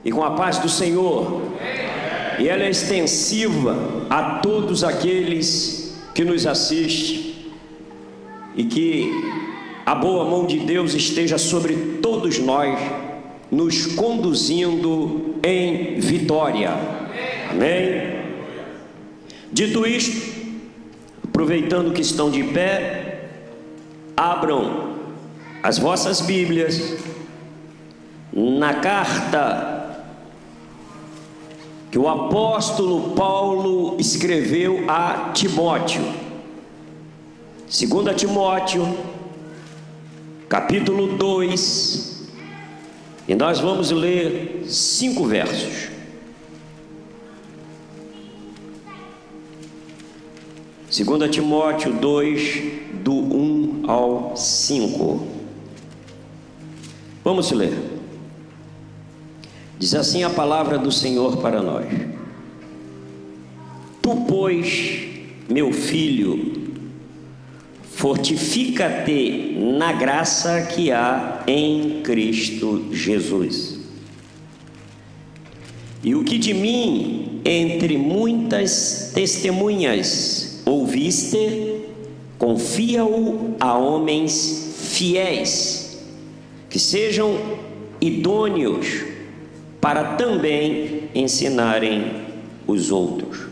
e com a paz do Senhor. E ela é extensiva a todos aqueles que nos assistem, e que a boa mão de Deus esteja sobre todos nós, nos conduzindo em vitória. Amém? Dito isto, aproveitando que estão de pé, abram as vossas Bíblias na carta que o apóstolo Paulo escreveu a Timóteo. 2 Timóteo, capítulo 2, e nós vamos ler 5 versos. 2 Timóteo 2, do 1 ao 5. Vamos ler. Diz assim a palavra do Senhor para nós: Tu, pois, meu filho, fortifica-te na graça que há em Cristo Jesus. E o que de mim, entre muitas testemunhas, ouviste, confia-o a homens fiéis, que sejam idôneos para também ensinarem os outros.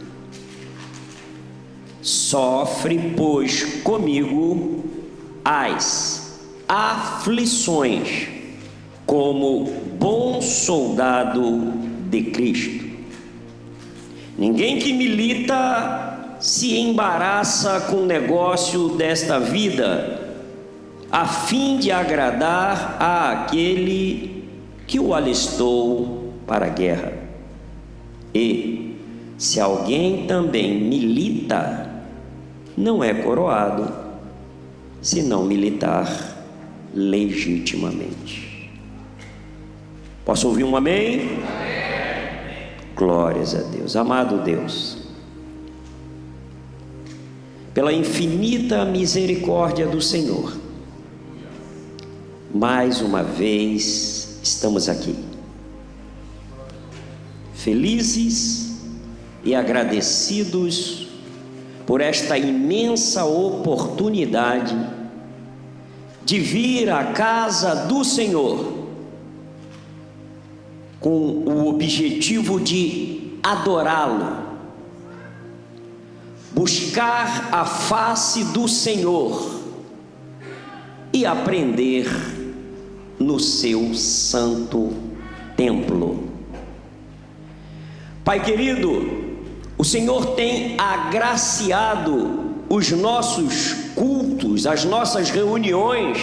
Sofre, pois, comigo as aflições, como bom soldado de Cristo. Ninguém que milita se embaraça com o negócio desta vida, a fim de agradar àquele que o alistou para a guerra. E, se alguém também milita, não é coroado, se não militar legitimamente. Posso ouvir um amém? Amém. Glórias a Deus. Amado Deus, pela infinita misericórdia do Senhor, mais uma vez estamos aqui, felizes e agradecidos por esta imensa oportunidade de vir à casa do Senhor com o objetivo de adorá-lo, buscar a face do Senhor e aprender no seu santo templo. Pai querido, o Senhor tem agraciado os nossos cultos, as nossas reuniões,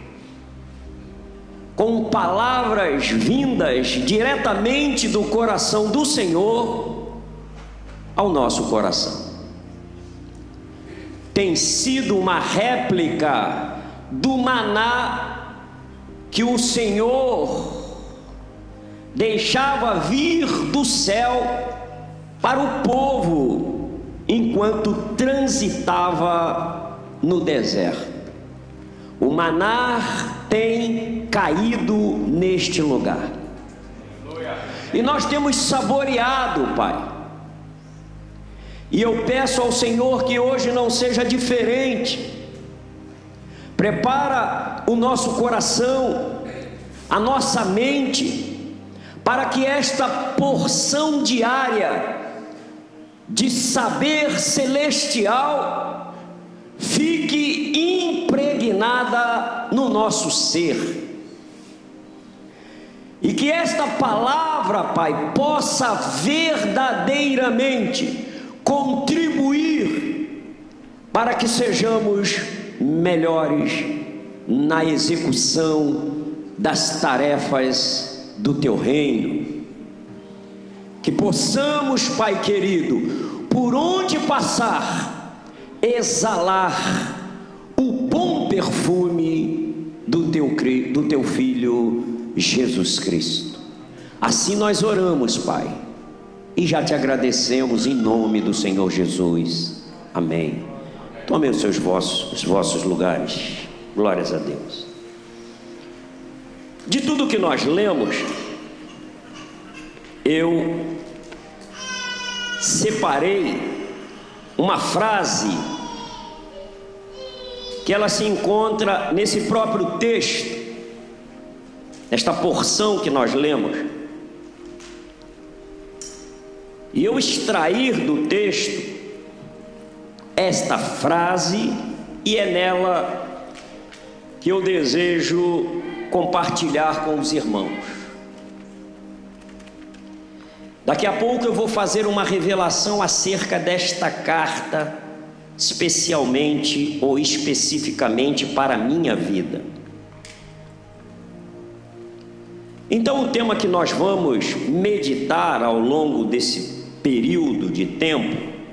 com palavras vindas diretamente do coração do Senhor ao nosso coração. Tem sido uma réplica do maná que o Senhor deixava vir do céu para o povo enquanto transitava no deserto. O maná tem caído neste lugar e nós temos saboreado, Pai. E eu peço ao Senhor que hoje não seja diferente. Prepara o nosso coração, a nossa mente, para que esta porção diária de saber celestial fique impregnada no nosso ser, e que esta palavra, Pai, possa verdadeiramente contribuir para que sejamos melhores na execução das tarefas do Teu reino. Que possamos, Pai querido, por onde passar, exalar o bom perfume do Teu Filho Jesus Cristo. Assim nós oramos, Pai, e já Te agradecemos em nome do Senhor Jesus. Amém. Tomem os vossos lugares. Glórias a Deus. De tudo que nós lemos, eu separei uma frase que ela se encontra nesse próprio texto, nesta porção que nós lemos. E eu extrair do texto esta frase, e é nela que eu desejo compartilhar com os irmãos. Daqui a pouco eu vou fazer uma revelação acerca desta carta, especialmente ou especificamente para a minha vida. Então, o tema que nós vamos meditar ao longo desse período de tempo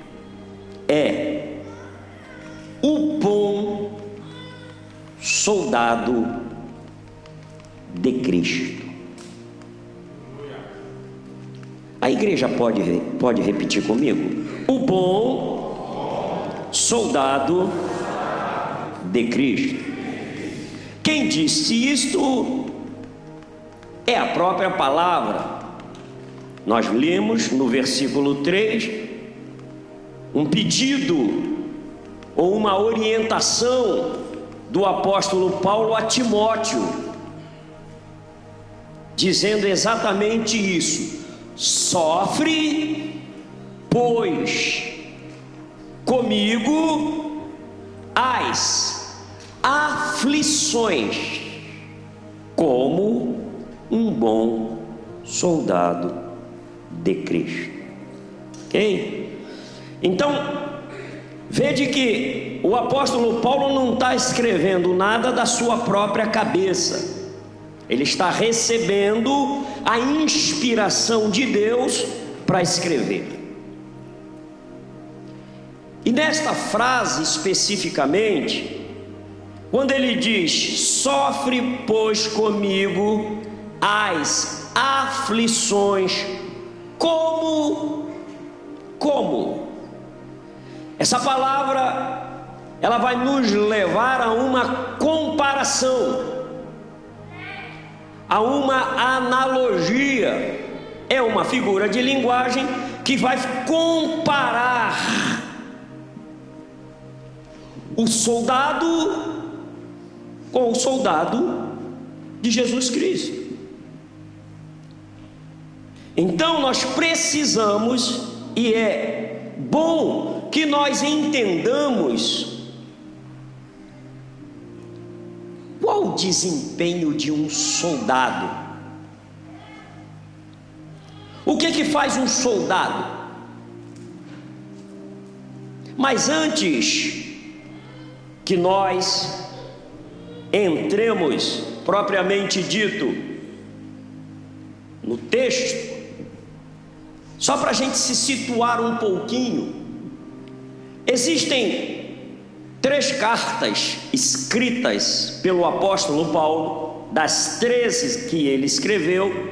é o bom soldado de Cristo. A igreja pode repetir comigo? O bom soldado de Cristo. Quem disse isto é a própria palavra. Nós lemos no versículo 3 um pedido ou uma orientação do apóstolo Paulo a Timóteo, dizendo exatamente isso: sofre, pois, comigo as aflições, como um bom soldado de Cristo. Ok? Então, veja que o apóstolo Paulo não está escrevendo nada da sua própria cabeça. Ele está recebendo a inspiração de Deus para escrever. E nesta frase especificamente, quando ele diz: sofre, pois, comigo as aflições, como? Essa palavra, ela vai nos levar a uma comparação, a uma analogia. É uma figura de linguagem que vai comparar o soldado com o soldado de Jesus Cristo. Então nós precisamos, e é bom que nós entendamos qual o desempenho de um soldado. O que faz um soldado? Mas antes que nós entremos propriamente dito no texto, só para a gente se situar um pouquinho, existem 3 cartas escritas pelo apóstolo Paulo, das 13 que ele escreveu.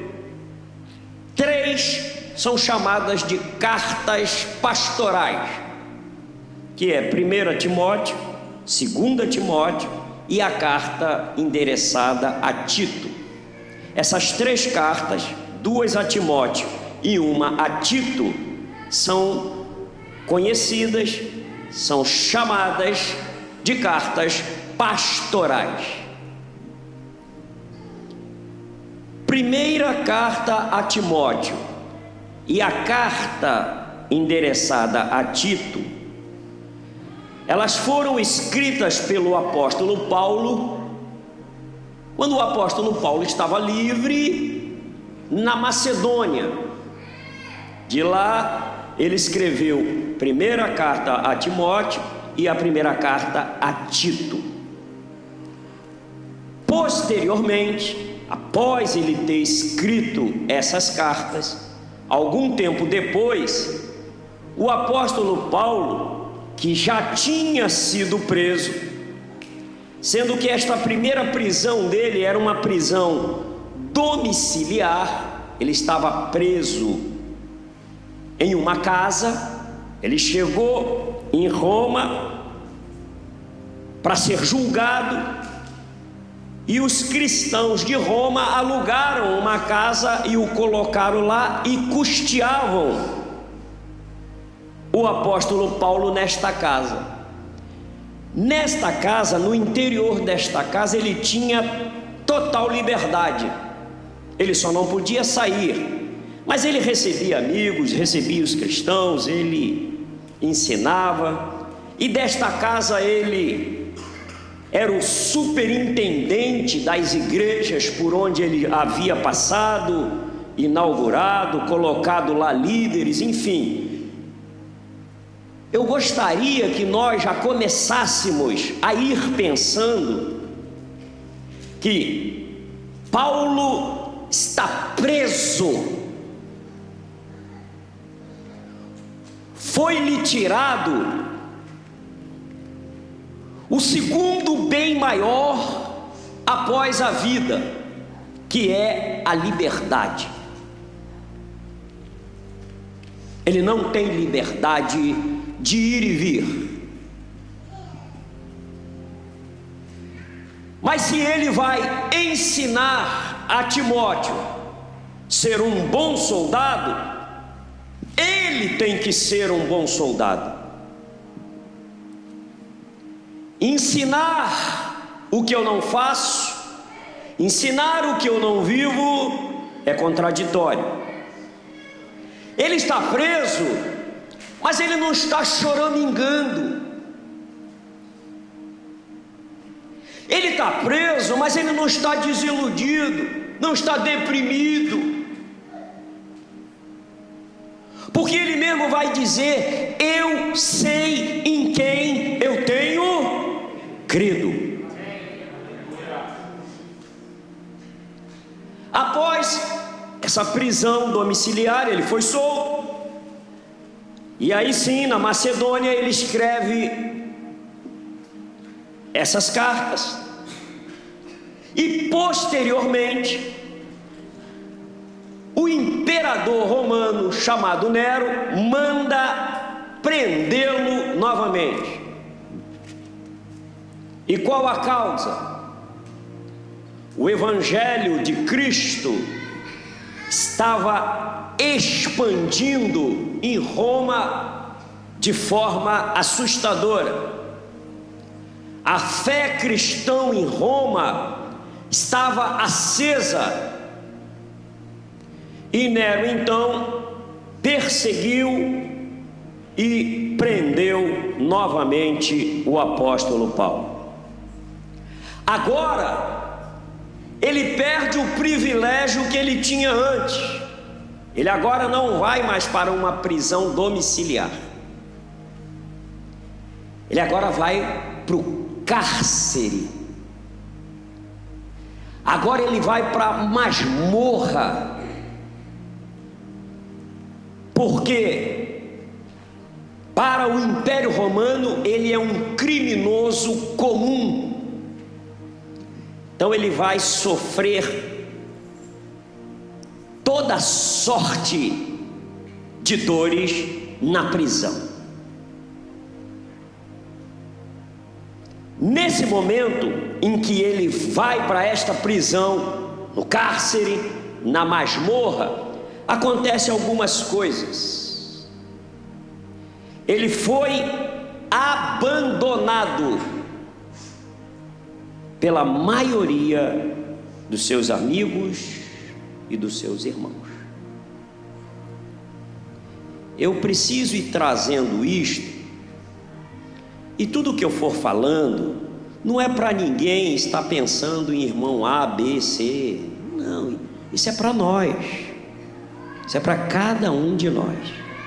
3 são chamadas de cartas pastorais, que é 1 Timóteo, 2 Timóteo e a carta endereçada a Tito. Essas 3 cartas, 2 a Timóteo e uma a Tito, são conhecidas, são chamadas de cartas pastorais. Primeira carta a Timóteo e a carta endereçada a Tito, elas foram escritas pelo apóstolo Paulo quando o apóstolo Paulo estava livre na Macedônia. De lá ele escreveu primeira carta a Timóteo e a primeira carta a Tito. Posteriormente, após ele ter escrito essas cartas, algum tempo depois, o apóstolo Paulo, que já tinha sido preso, sendo que esta primeira prisão dele era uma prisão domiciliar, ele estava preso em uma casa, ele chegou em Roma para ser julgado, E os cristãos de Roma alugaram uma casa e o colocaram lá e custeavam o apóstolo Paulo nesta casa. Nesta casa, no interior desta casa, ele tinha total liberdade. Ele só não podia sair, mas ele recebia amigos, recebia os cristãos, ele ensinava. E desta casa ele era o superintendente das igrejas por onde ele havia passado, inaugurado, colocado lá líderes, enfim. Eu gostaria que nós já começássemos a ir pensando que Paulo está preso, foi-lhe tirado o segundo bem maior após a vida, que é a liberdade. Ele não tem liberdade de ir e vir. Mas se ele vai ensinar a Timóteo ser um bom soldado, ele tem que ser um bom soldado. Ensinar o que eu não faço, ensinar o que eu não vivo, é contraditório. Ele está preso, mas ele não está choramingando. Ele está preso, mas ele não está desiludido, não está deprimido, porque ele mesmo vai dizer: eu sei em quem eu tenho crido. Após essa prisão domiciliar, ele foi solto, e aí sim, na Macedônia, ele escreve essas cartas, e posteriormente o imperador romano chamado Nero manda prendê-lo novamente. E qual a causa? O evangelho de Cristo estava expandindo em Roma de forma assustadora. A fé cristã em Roma estava acesa, e Nero então perseguiu e prendeu novamente o apóstolo Paulo. Agora ele perde o privilégio que ele tinha antes. Ele agora não vai mais para uma prisão domiciliar, ele agora vai para o cárcere. Agora ele vai para a masmorra, porque para o Império Romano ele é um criminoso comum. Então ele vai sofrer toda sorte de dores na prisão. Nesse momento em que ele vai para esta prisão, no cárcere, na masmorra, acontecem algumas coisas. Ele foi abandonado pela maioria dos seus amigos e dos seus irmãos. Eu preciso ir trazendo isto, e tudo que eu for falando não é para ninguém estar pensando em irmão A, B, C. Não, isso é para nós. Isso é para cada um de nós.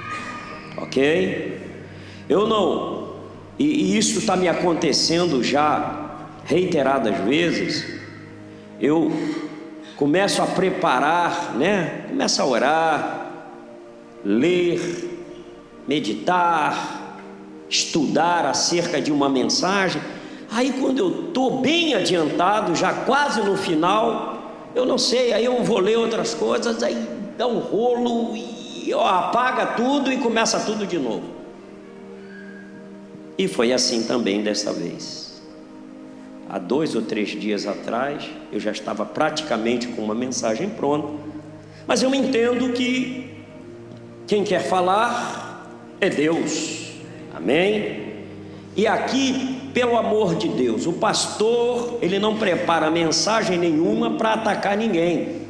Ok? Eu não... E isso está me acontecendo já reiteradas vezes. Eu começo a preparar, né? Começo a orar, ler, meditar, estudar acerca de uma mensagem. Aí quando eu estou bem adiantado, já quase no final, eu não sei, aí eu vou ler outras coisas, aí dá um rolo e apaga tudo e começa tudo de novo. E foi assim também desta vez. há 2 ou 3 dias atrás, eu já estava praticamente com uma mensagem pronta, mas eu entendo que quem quer falar é Deus, amém? E aqui, pelo amor de Deus, o pastor, ele não prepara mensagem nenhuma para atacar ninguém.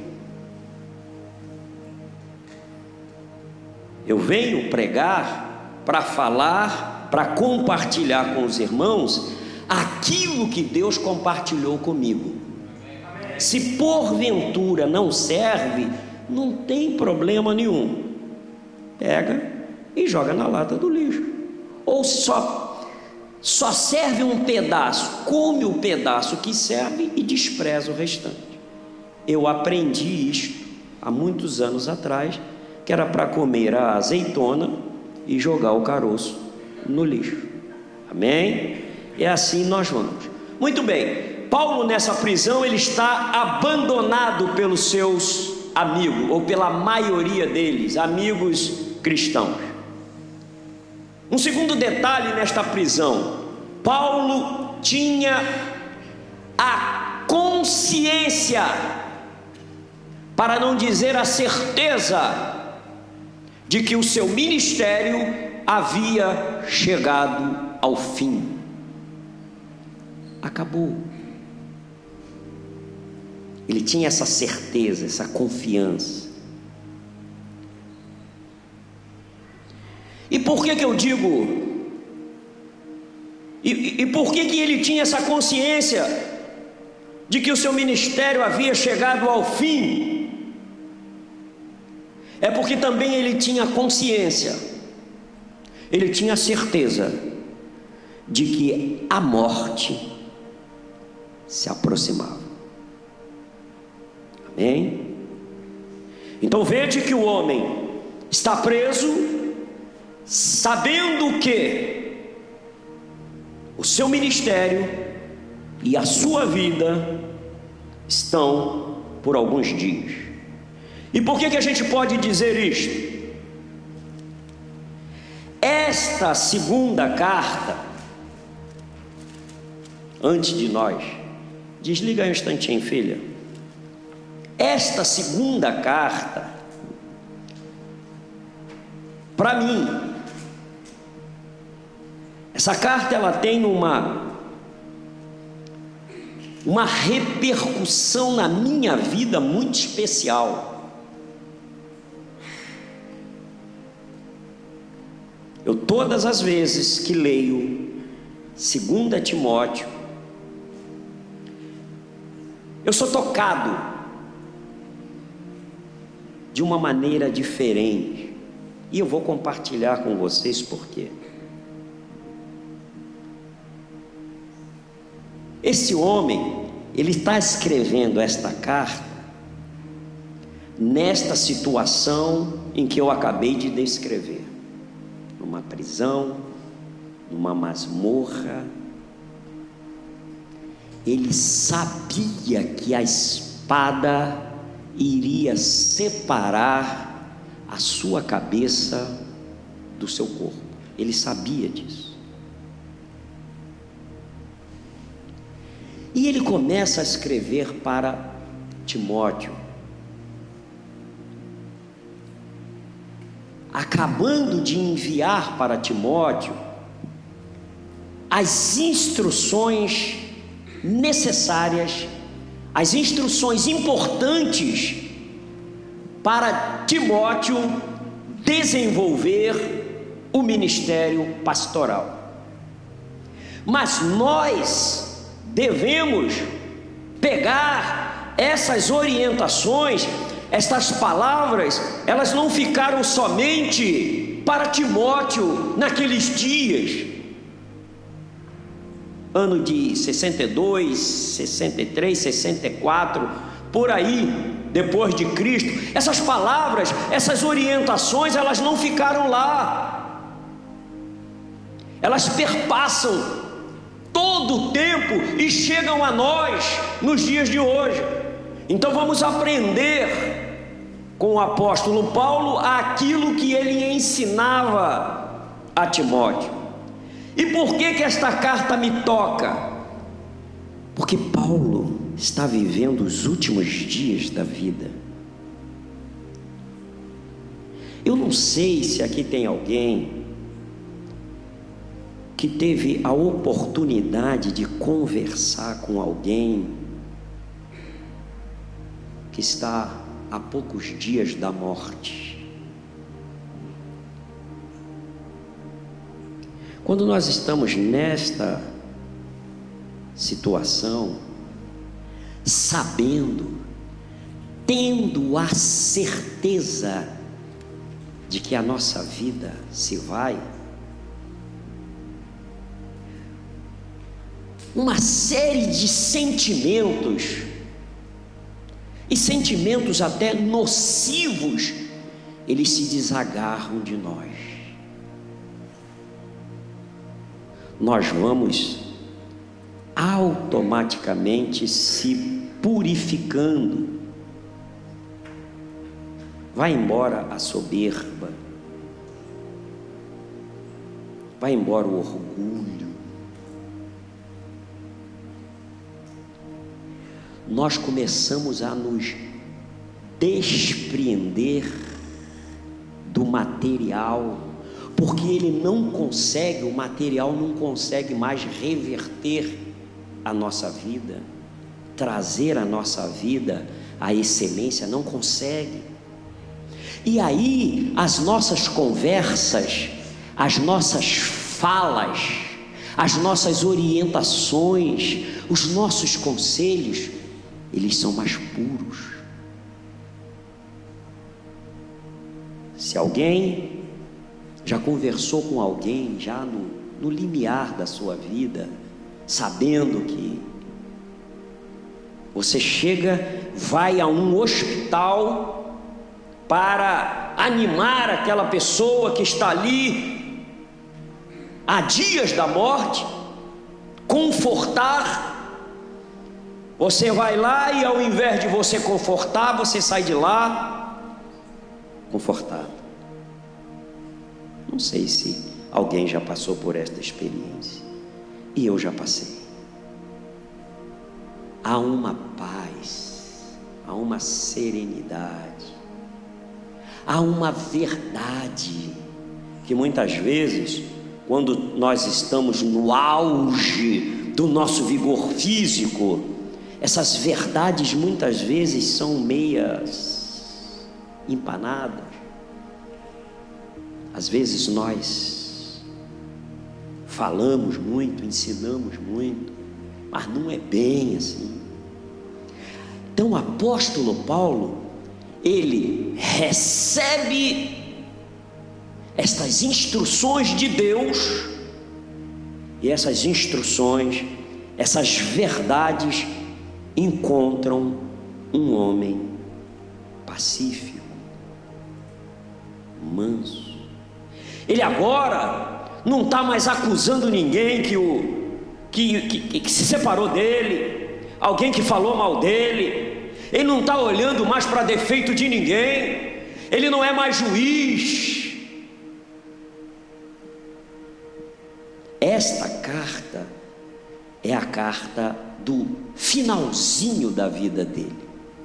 Eu venho pregar para falar, para compartilhar com os irmãos aquilo que Deus compartilhou comigo. Se porventura não serve, não tem problema nenhum, pega e joga na lata do lixo. Ou só serve um pedaço, come o pedaço que serve e despreza o restante. Eu aprendi isto há muitos anos atrás, que era para comer a azeitona e jogar o caroço no lixo, amém? E assim nós vamos. Muito bem, Paulo nessa prisão, ele está abandonado pelos seus amigos, ou pela maioria deles, amigos cristãos. Um segundo detalhe nesta prisão: Paulo tinha a consciência, para não dizer a certeza, de que o seu ministério havia chegado ao fim. Acabou. Ele tinha essa certeza, essa confiança. E por que eu digo? E por que ele tinha essa consciência de que o seu ministério havia chegado ao fim? É porque também ele tinha consciência, ele tinha certeza de que a morte se aproximava. Amém? Então veja que o homem está preso, sabendo que o seu ministério e a sua vida estão por alguns dias. E por que a gente pode dizer isto? Esta segunda carta, antes de nós, desliga aí um instantinho, filha. Esta segunda carta, para mim, essa carta ela tem uma repercussão na minha vida muito especial. Eu todas as vezes que leio 2 Timóteo, eu sou tocado de uma maneira diferente, e eu vou compartilhar com vocês por quê. Esse homem, ele está escrevendo esta carta nesta situação em que eu acabei de descrever, numa prisão, numa masmorra. Ele sabia que a espada iria separar a sua cabeça do seu corpo. Ele sabia disso. E ele começa a escrever para Timóteo, acabando de enviar para Timóteo as instruções necessárias, as instruções importantes para Timóteo desenvolver o ministério pastoral. Mas nós devemos pegar essas orientações, estas palavras, elas não ficaram somente para Timóteo naqueles dias, ano de 62, 63, 64, por aí, depois de Cristo. Essas palavras, essas orientações, elas não ficaram lá, elas perpassam todo o tempo e chegam a nós nos dias de hoje. Então vamos aprender com o apóstolo Paulo aquilo que ele ensinava a Timóteo. E por que esta carta me toca? Porque Paulo está vivendo os últimos dias da vida. Eu não sei se aqui tem alguém que teve a oportunidade de conversar com alguém que está a poucos dias da morte. Quando nós estamos nesta situação, sabendo, tendo a certeza de que a nossa vida se vai, uma série de sentimentos, e sentimentos até nocivos, eles se desagarram de nós. Nós vamos automaticamente se purificando. Vai embora a soberba, vai embora o orgulho. Nós começamos a nos despreender do material, porque o material não consegue mais reverter a nossa vida, trazer a nossa vida à excelência, não consegue. E aí as nossas conversas, as nossas falas, as nossas orientações, os nossos conselhos, eles são mais puros. Se alguém já conversou com alguém, já no limiar da sua vida, sabendo que você vai a um hospital para animar aquela pessoa que está ali há dias da morte, confortar, você vai lá e ao invés de você confortar, você sai de lá confortado. Não sei se alguém já passou por esta experiência, e eu já passei. Há uma paz, há uma serenidade, há uma verdade que muitas vezes, quando nós estamos no auge do nosso vigor físico, essas verdades muitas vezes são meias empanadas. Às vezes nós falamos muito, ensinamos muito, mas não é bem assim. Então o apóstolo Paulo, ele recebe estas instruções de Deus, e essas instruções, essas verdades encontram um homem pacífico, manso. Ele agora não está mais acusando ninguém que se separou dele, alguém que falou mal dele. Ele não está olhando mais para defeito de ninguém. Ele não é mais juiz. Esta carta é a carta do finalzinho da vida dele.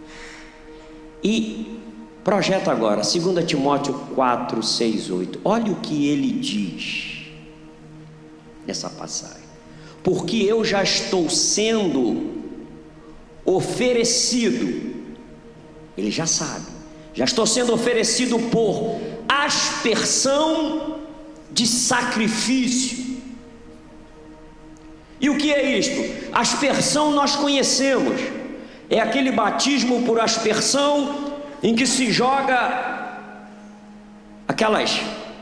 E projeta agora 2 Timóteo 4, 6, 8. Olha o que ele diz nessa passagem. Porque eu já estou sendo oferecido, ele já sabe, já estou sendo oferecido por aspersão de sacrifício. E o que é isto? Aspersão nós conhecemos, é aquele batismo por aspersão em que se joga aquelas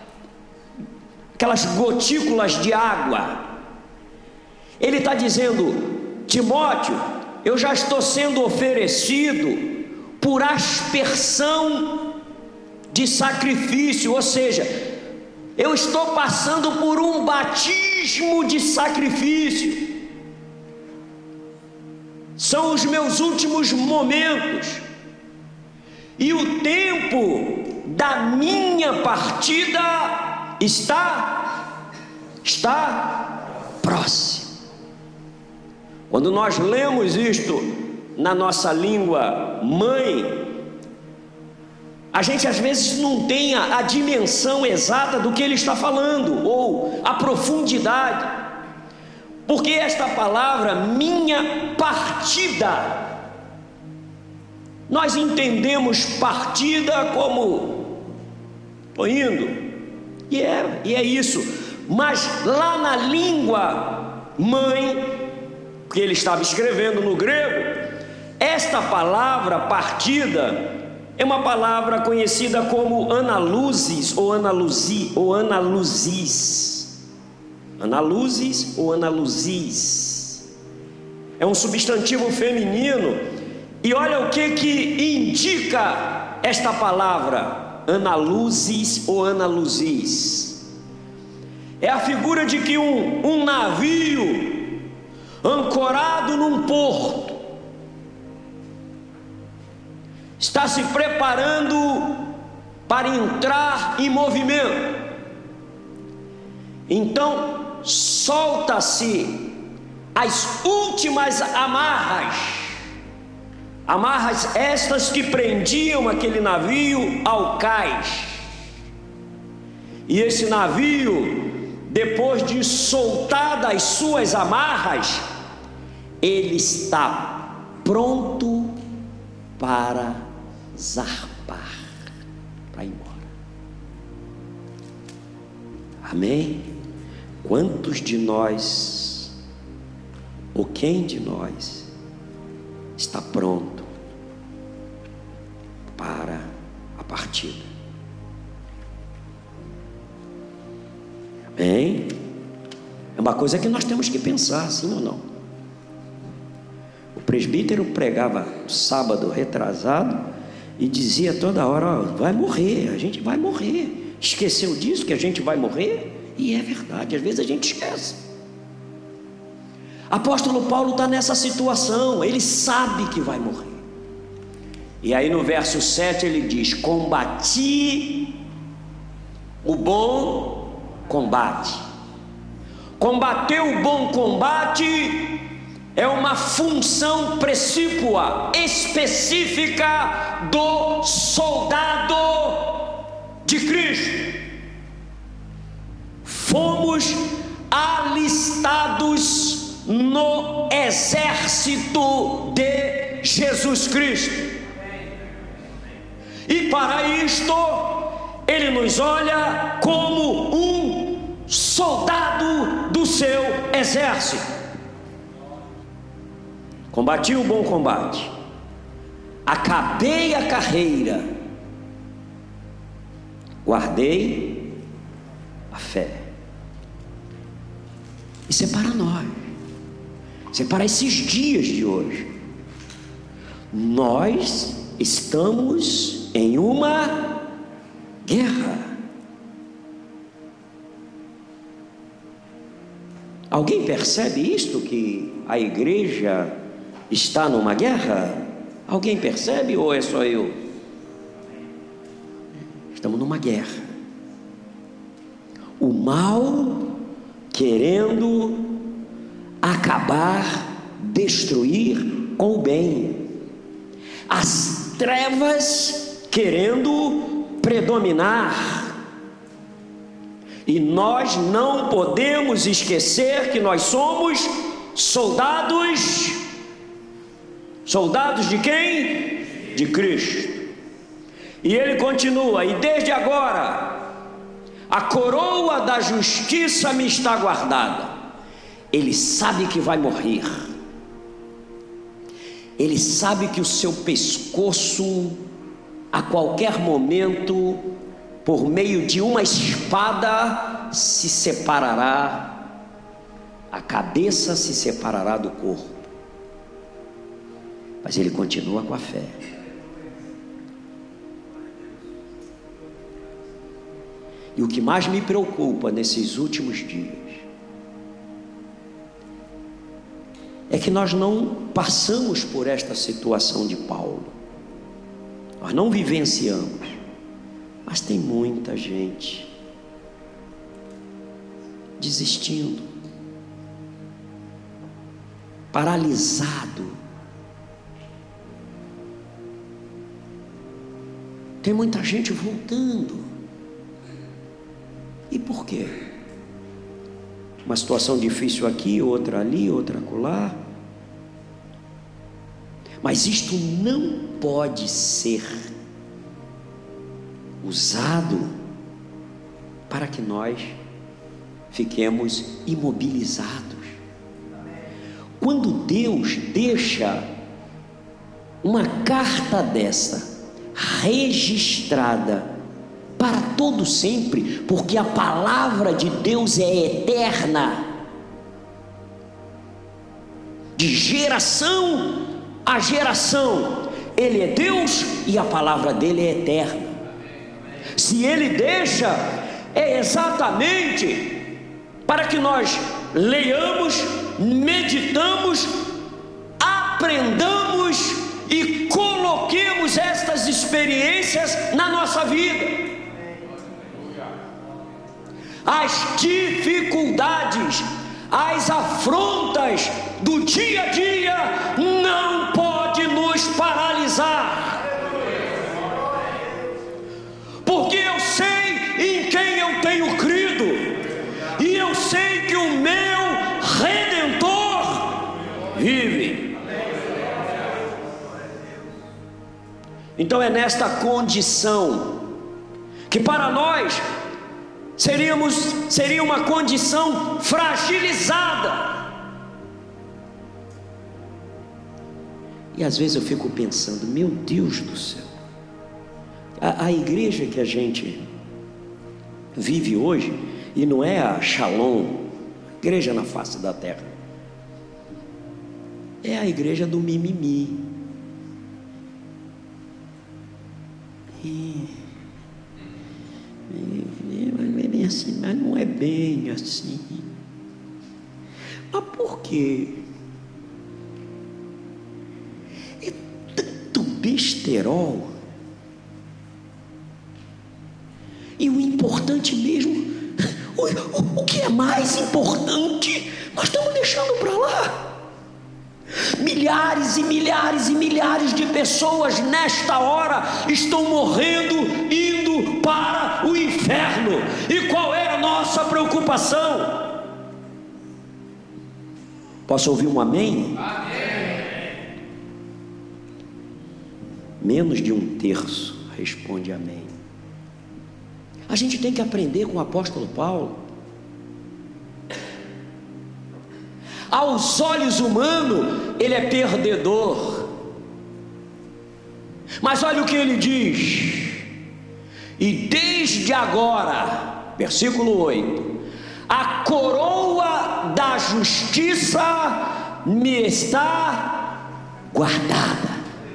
gotículas de água. Ele está dizendo: Timóteo, eu já estou sendo oferecido por aspersão de sacrifício, ou seja, eu estou passando por um batismo de sacrifício. São os meus últimos momentos, e o tempo da minha partida está próximo. Quando nós lemos isto na nossa língua mãe, a gente às vezes não tem a dimensão exata do que ele está falando, ou a profundidade, porque esta palavra, minha partida, nós entendemos partida como estou indo, e é isso, mas lá na língua mãe, que ele estava escrevendo no grego, esta palavra partida é uma palavra conhecida como analusis ou analusis. Analusis ou analusis. É um substantivo feminino. E olha o que indica esta palavra, analusis ou analusis. É a figura de que um navio ancorado num porto está se preparando para entrar em movimento. Então solta-se as últimas amarras estas que prendiam aquele navio ao cais. E esse navio, depois de soltar das suas amarras, ele está pronto para zarpar, para ir embora. Amém? Quantos de nós, ou quem de nós, está pronto para a partida? Amém? É uma coisa que nós temos que pensar, sim ou não? O presbítero pregava sábado retrasado e dizia toda hora: ó, vai morrer, a gente vai morrer. Esqueceu disso, que a gente vai morrer? E é verdade, às vezes a gente esquece. Apóstolo Paulo está nessa situação, ele sabe que vai morrer. E aí no verso 7 ele diz: combati o bom combate. Combater o bom combate é uma função precípua, específica do soldado de Cristo. Fomos alistados no exército de Jesus Cristo. E para isto, Ele nos olha como um soldado do seu exército. Combati o bom combate, acabei a carreira, guardei a fé. Isso é para nós, isso é para esses dias de hoje. Nós estamos em uma guerra. Alguém percebe isto, que a igreja está numa guerra? Alguém percebe ou é só eu? Estamos numa guerra. O mal querendo acabar, destruir com o bem. As trevas querendo predominar. E nós não podemos esquecer que nós somos soldados. Soldados de quem? De Cristo. E ele continua: e desde agora a coroa da justiça me está guardada. Ele sabe que vai morrer. Ele sabe que o seu pescoço, a qualquer momento, por meio de uma espada, se separará, a cabeça se separará do corpo. Mas ele continua com a fé. E o que mais me preocupa nesses últimos dias é que nós não passamos por esta situação de Paulo. Nós não vivenciamos. Mas tem muita gente desistindo. paralisado. Tem muita gente voltando. E por quê? Uma situação difícil aqui, outra ali, outra acolá. Mas isto não pode ser usado para que nós fiquemos imobilizados. Quando Deus deixa uma carta dessa registrada para todo sempre, porque a palavra de Deus é eterna, de geração a geração, Ele é Deus e a palavra dele é eterna. Se Ele deixa, é exatamente para que nós leiamos, meditamos, aprendamos e coloquemos estas experiências na nossa vida. As dificuldades, as afrontas do dia a dia não pode nos paralisar, porque eu sei em quem eu tenho crido, e eu sei que o meu Redentor vive. Então é nesta condição que para nós seria uma condição fragilizada. E às vezes eu fico pensando, meu Deus do céu, a igreja que a gente vive hoje, e não é a Shalom, igreja na face da terra, é a igreja do mimimi. Mas não é bem assim. Mas por quê? É tanto besterol. E o importante mesmo, o que é mais importante, nós estamos deixando para lá. Milhares e milhares e milhares de pessoas nesta hora estão morrendo, indo para o inferno. E qual é a nossa preocupação? Posso ouvir um amém? Amém. Menos de 1/3 responde amém. A gente tem que aprender com o apóstolo Paulo. Aos olhos humanos, ele é perdedor. Mas olha o que ele diz: e desde agora, versículo 8, a coroa da justiça me está guardada.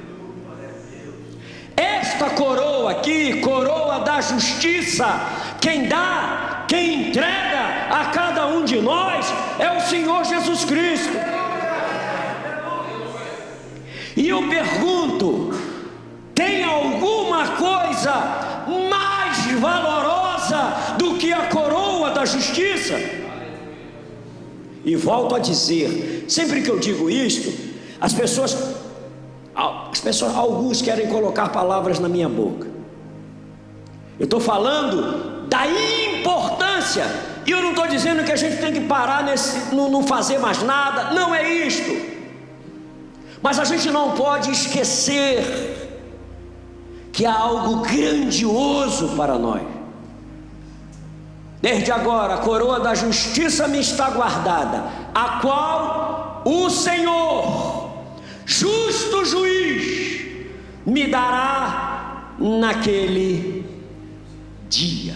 Esta coroa aqui, coroa da justiça, quem dá, quem entrega a cada um de nós é o Senhor Jesus Cristo. E eu pergunto: tem alguma coisa mais valorosa do que a coroa da justiça? E volto a dizer, sempre que eu digo isto, as pessoas, alguns querem colocar palavras na minha boca. Eu estou falando da importância, e eu não estou dizendo que a gente tem que parar não fazer mais nada, não é isto. Mas a gente não pode esquecer que há algo grandioso para nós. Desde agora a coroa da justiça me está guardada, a qual o Senhor, justo juiz, me dará naquele dia.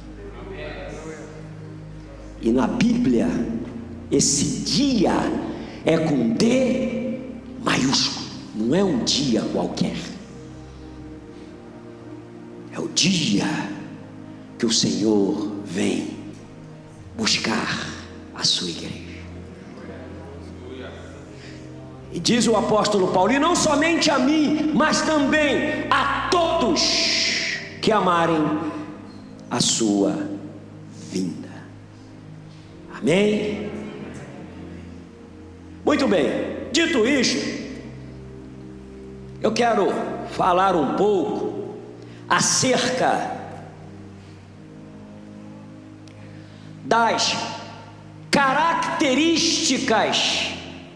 E na Bíblia, esse dia é com D maiúsculo, não é um dia qualquer. É o dia que o Senhor vem buscar a sua igreja. E diz o apóstolo Paulo: e não somente a mim, mas também a todos que amarem a sua vinda. Amém? Muito bem. dito isto, eu quero falar um pouco acerca das características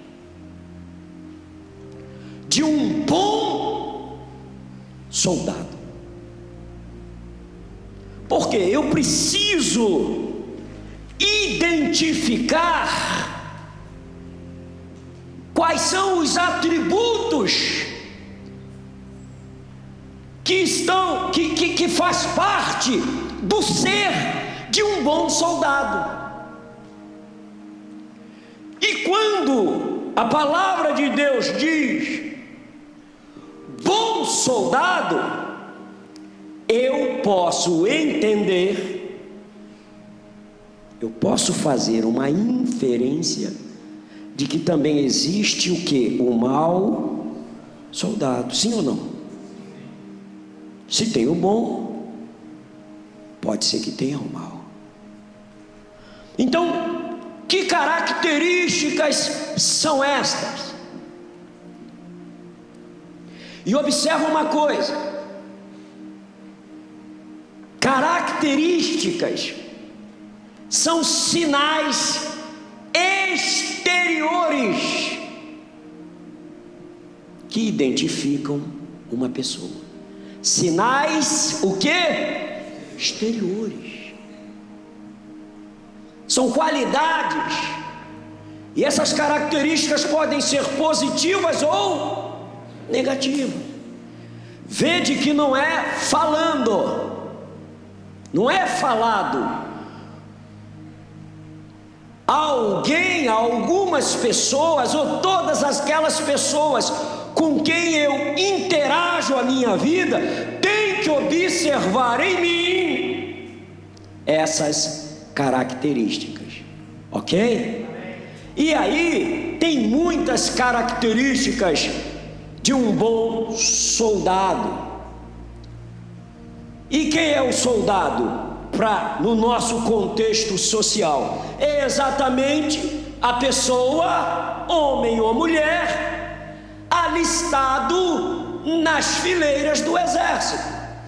de um bom soldado. Porque eu preciso identificar quais são os atributos que faz parte do ser de um bom soldado. E quando a palavra de Deus diz bom soldado, eu posso entender, eu posso fazer uma inferência de que também existe o que? O mau soldado, sim ou não? Se tem o bom, pode ser que tenha o mal. Então, que características são estas? E observa uma coisa: características são sinais exteriores que identificam uma pessoa. Sinais, o quê? Exteriores. São qualidades, e essas características podem ser positivas ou negativas. Vede que não é falando, não é falado. Alguém, algumas pessoas, ou todas aquelas pessoas com quem eu interajo a minha vida, tem que observar em mim essas características, ok? E aí tem muitas características de um bom soldado. E quem é o soldado no nosso contexto social? É exatamente a pessoa, homem ou mulher, alistado nas fileiras do exército.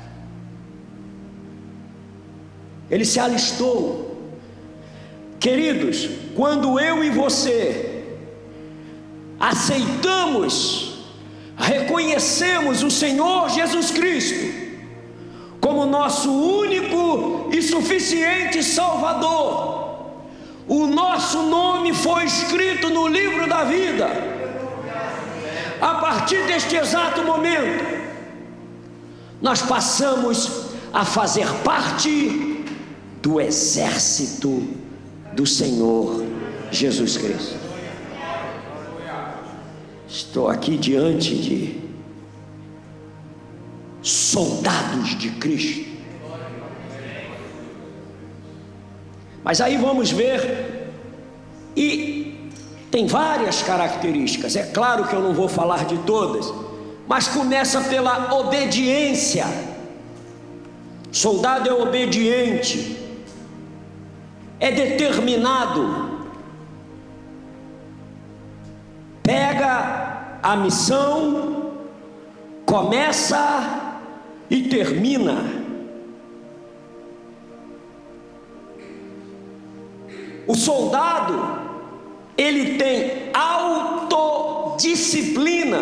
Ele se alistou. Queridos, quando eu e você aceitamos, reconhecemos o Senhor Jesus Cristo como nosso único e suficiente Salvador, o nosso nome foi escrito no livro da vida. A partir deste exato momento, nós passamos a fazer parte do exército do Senhor Jesus Cristo. Estou aqui diante de soldados de Cristo. Mas aí vamos ver, e tem várias características. É claro que eu não vou falar de todas, mas começa pela obediência. Soldado é obediente, é determinado, pega a missão, começa e termina. O soldado, ele tem autodisciplina.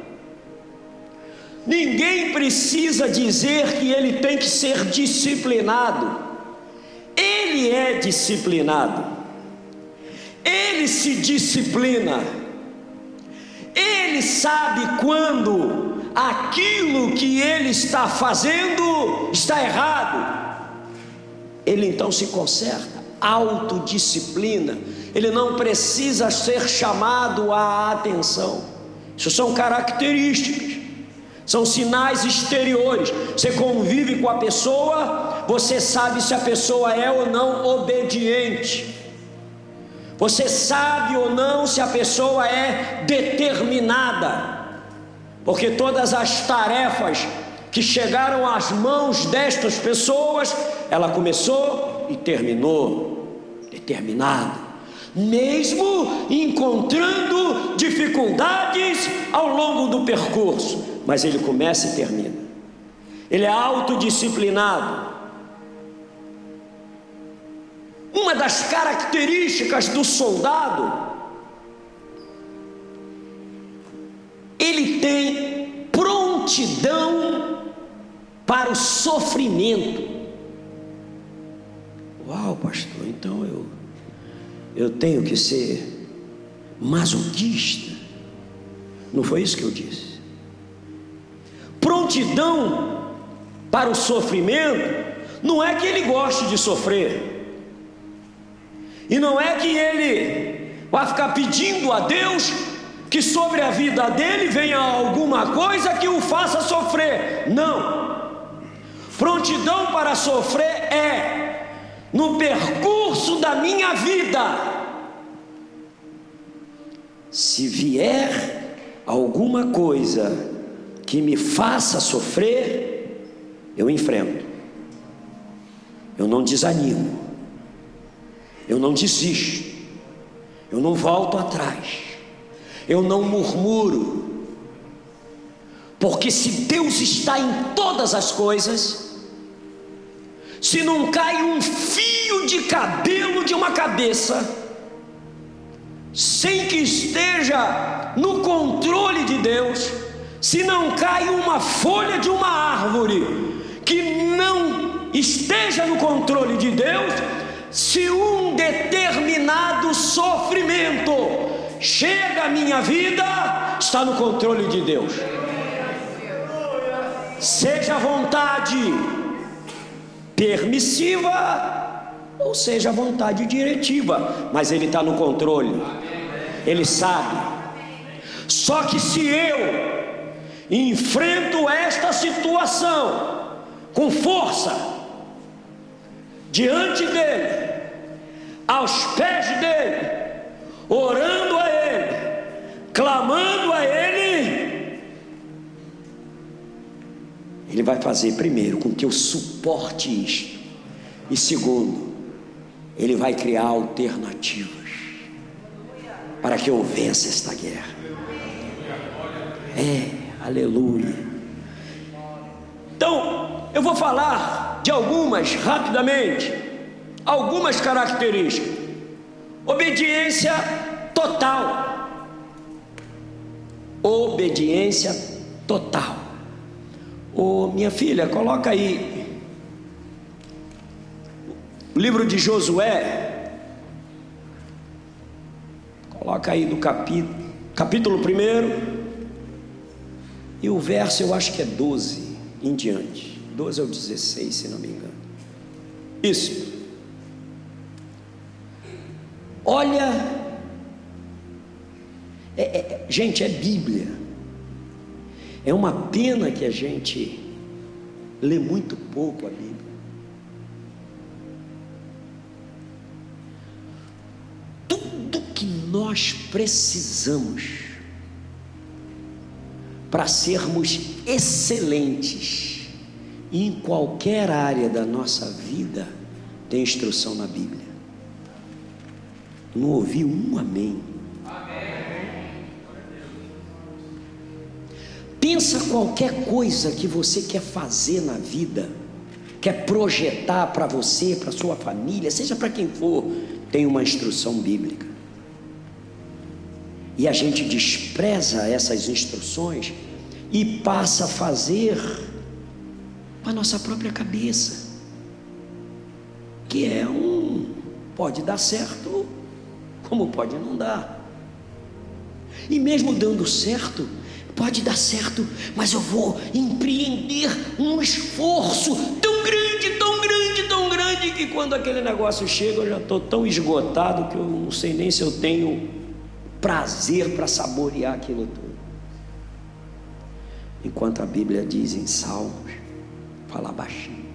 Ninguém precisa dizer que ele tem que ser disciplinado. Ele é disciplinado, ele se disciplina, ele sabe quando aquilo que ele está fazendo está errado, ele então se conserta. Autodisciplina, ele não precisa ser chamado à atenção. Isso são características, são sinais exteriores. Você convive com a pessoa, você sabe se a pessoa é ou não obediente, você sabe ou não se a pessoa é determinada, porque todas as tarefas que chegaram às mãos destas pessoas, ela começou e terminou determinada, mesmo encontrando dificuldades ao longo do percurso, mas ele começa e termina. Ele é autodisciplinado. Uma das características do soldado, ele tem prontidão para o sofrimento. Uau, pastor, então eu tenho que ser masoquista? Não foi isso que eu disse. Prontidão para o sofrimento não é que ele goste de sofrer, e não é que ele vai ficar pedindo a Deus que sobre a vida dele venha alguma coisa que o faça sofrer. Não. Prontidão para sofrer é no percurso da minha vida. Se vier alguma coisa que me faça sofrer, eu enfrento. Eu não desanimo. Eu não desisto. Eu não volto atrás. Eu não murmuro. Porque se Deus está em todas as coisas, se não cai um fio de cabelo de uma cabeça sem que esteja no controle de Deus, se não cai uma folha de uma árvore que não esteja no controle de Deus, se um determinado sofrimento chega à minha vida, está no controle de Deus. Seja a vontade permissiva ou seja a vontade diretiva, mas Ele está no controle. Ele sabe. Só que se eu enfrento esta situação com força, diante dele, aos pés dele, orando a ele, clamando a ele, ele vai fazer primeiro com que eu suporte isto, e segundo, ele vai criar alternativas para que eu vença esta guerra. Aleluia. Então eu vou falar de algumas, rapidamente, algumas características. Obediência total. Obediência total. Minha filha, coloca aí o livro de Josué. Coloca aí do capítulo 1, e o verso eu acho que é 12 em diante. 12 ao 16, se não me engano. Isso. Olha, gente, é Bíblia. É uma pena que a gente lê muito pouco a Bíblia. Tudo que nós precisamos para sermos excelentes em qualquer área da nossa vida tem instrução na Bíblia. Não ouvi um amém. Pensa qualquer coisa que você quer fazer na vida, quer projetar para você, para sua família, seja para quem for, tem uma instrução bíblica. E a gente despreza essas instruções e passa a fazer com a nossa própria cabeça, que pode dar certo, como pode não dar. E mesmo dando certo, pode dar certo, mas eu vou empreender um esforço tão grande, tão grande, tão grande, que quando aquele negócio chega eu já estou tão esgotado que eu não sei nem se eu tenho prazer para saborear aquilo tudo. Enquanto a Bíblia diz em Salmos, fala baixinho,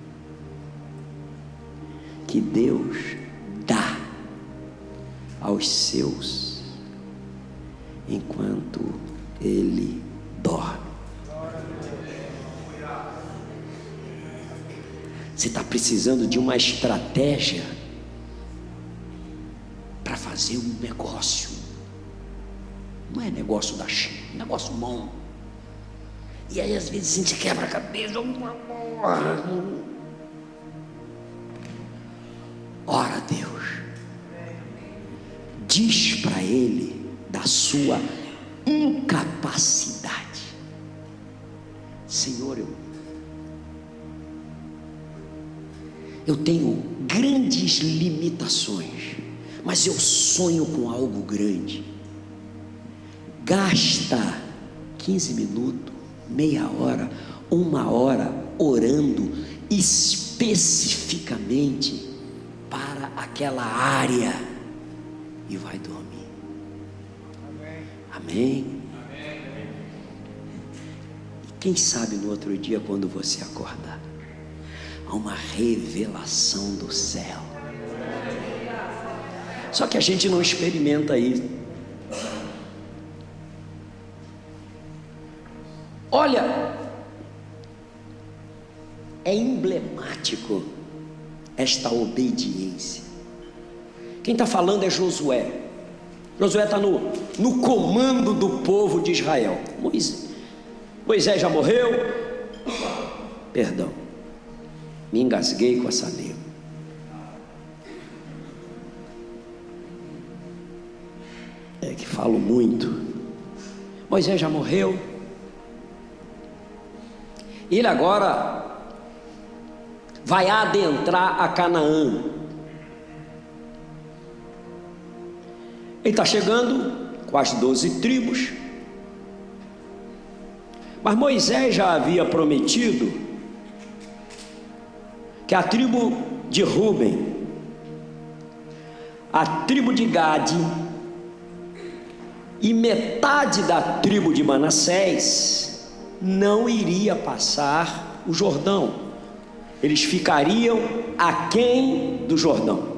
que Deus dá aos seus enquanto Ele dorme. Você está precisando de uma estratégia para fazer um negócio. Não é negócio da China, é negócio bom. E aí às vezes a gente quebra a cabeça. Ora a Deus, diz para ele da sua incapacidade. Senhor, eu tenho grandes limitações, mas eu sonho com algo grande. Gasta 15 minutos, meia hora, 1 hora orando especificamente para aquela área e vai dormir. Amém? E quem sabe no outro dia, quando você acordar, há uma revelação do céu. Só que a gente não experimenta isso. Olha, é emblemático esta obediência. Quem está falando é Josué. Josué está no comando do povo de Israel. Moisés já morreu. Perdão, me engasguei com essa língua. É que falo muito. Moisés já morreu. Ele agora vai adentrar a Canaã. Ele está chegando com as 12 tribos. Mas Moisés já havia prometido que a tribo de Ruben, a tribo de Gade e metade da tribo de Manassés não iria passar o Jordão. Eles ficariam aquém do Jordão.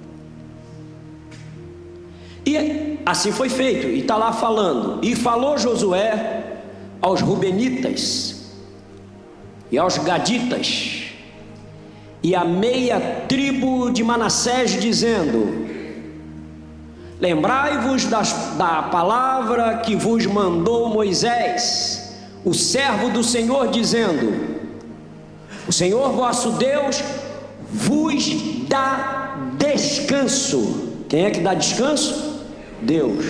E assim foi feito. E está lá falando: e falou Josué aos Rubenitas e aos Gaditas e a meia tribo de Manassés, dizendo: lembrai-vos da palavra que vos mandou Moisés, o servo do Senhor, dizendo: o Senhor vosso Deus vos dá descanso. Quem é que dá descanso? Deus.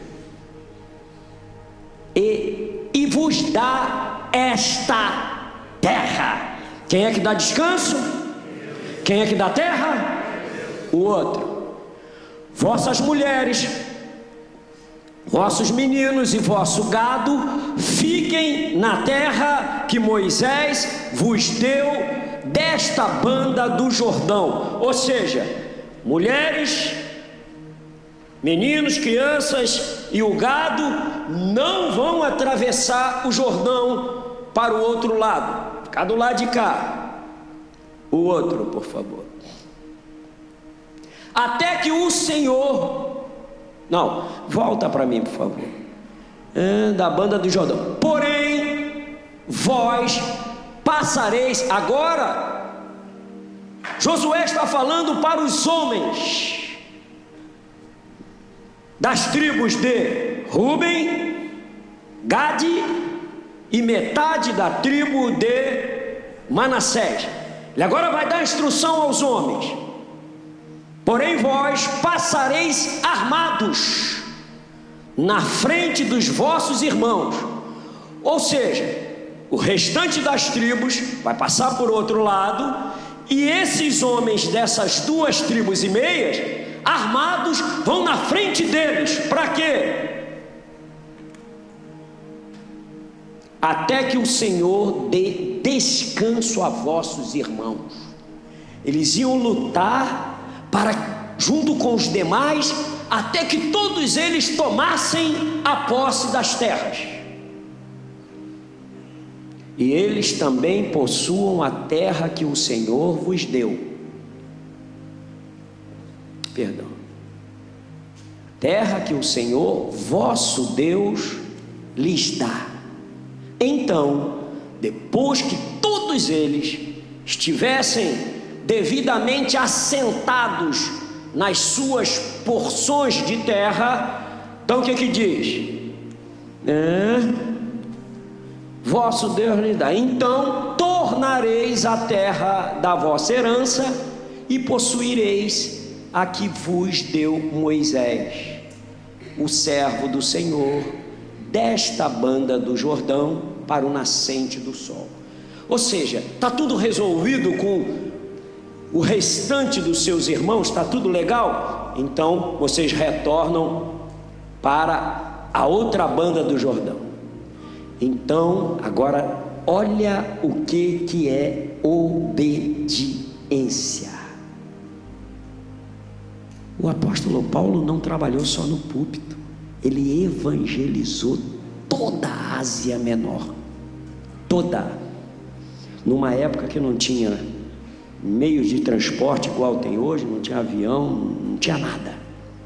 E vos dá esta terra. Quem é que dá descanso? Quem é que dá terra? O outro. Vossas mulheres, vossos meninos e vosso gado fiquem na terra que Moisés vos deu desta banda do Jordão. Ou seja, mulheres, meninos, crianças e o gado não vão atravessar o Jordão para o outro lado. Ficar do lado de cá. O outro, por favor. Até que o Senhor... Não, volta para mim, por favor. Da banda do Jordão. Porém, vós passareis. Agora, Josué está falando para os homens das tribos de Ruben, Gade e metade da tribo de Manassés. Ele agora vai dar instrução aos homens: porém vós passareis armados na frente dos vossos irmãos. Ou seja, o restante das tribos vai passar por outro lado, e esses homens dessas 2 tribos e meias armados vão na frente deles. Para quê? Até que o Senhor dê descanso a vossos irmãos. Eles iam lutar para, junto com os demais, até que todos eles tomassem a posse das terras, e eles também possuam a terra que o Senhor vos deu. Perdão. Terra que o Senhor vosso Deus lhes dá. Então, depois que todos eles estivessem devidamente assentados nas suas porções de terra, então o que diz? Vosso Deus lhe dá. Então tornareis a terra da vossa herança e possuireis a que vos deu Moisés, o servo do Senhor, desta banda do Jordão para o nascente do sol. Ou seja, está tudo resolvido com o restante dos seus irmãos? Está tudo legal? Então vocês retornam para a outra banda do Jordão. Então agora olha o que é obediência. O apóstolo Paulo não trabalhou só no púlpito, ele evangelizou toda a Ásia Menor, toda, numa época que não tinha meios de transporte igual tem hoje, não tinha avião, não tinha nada.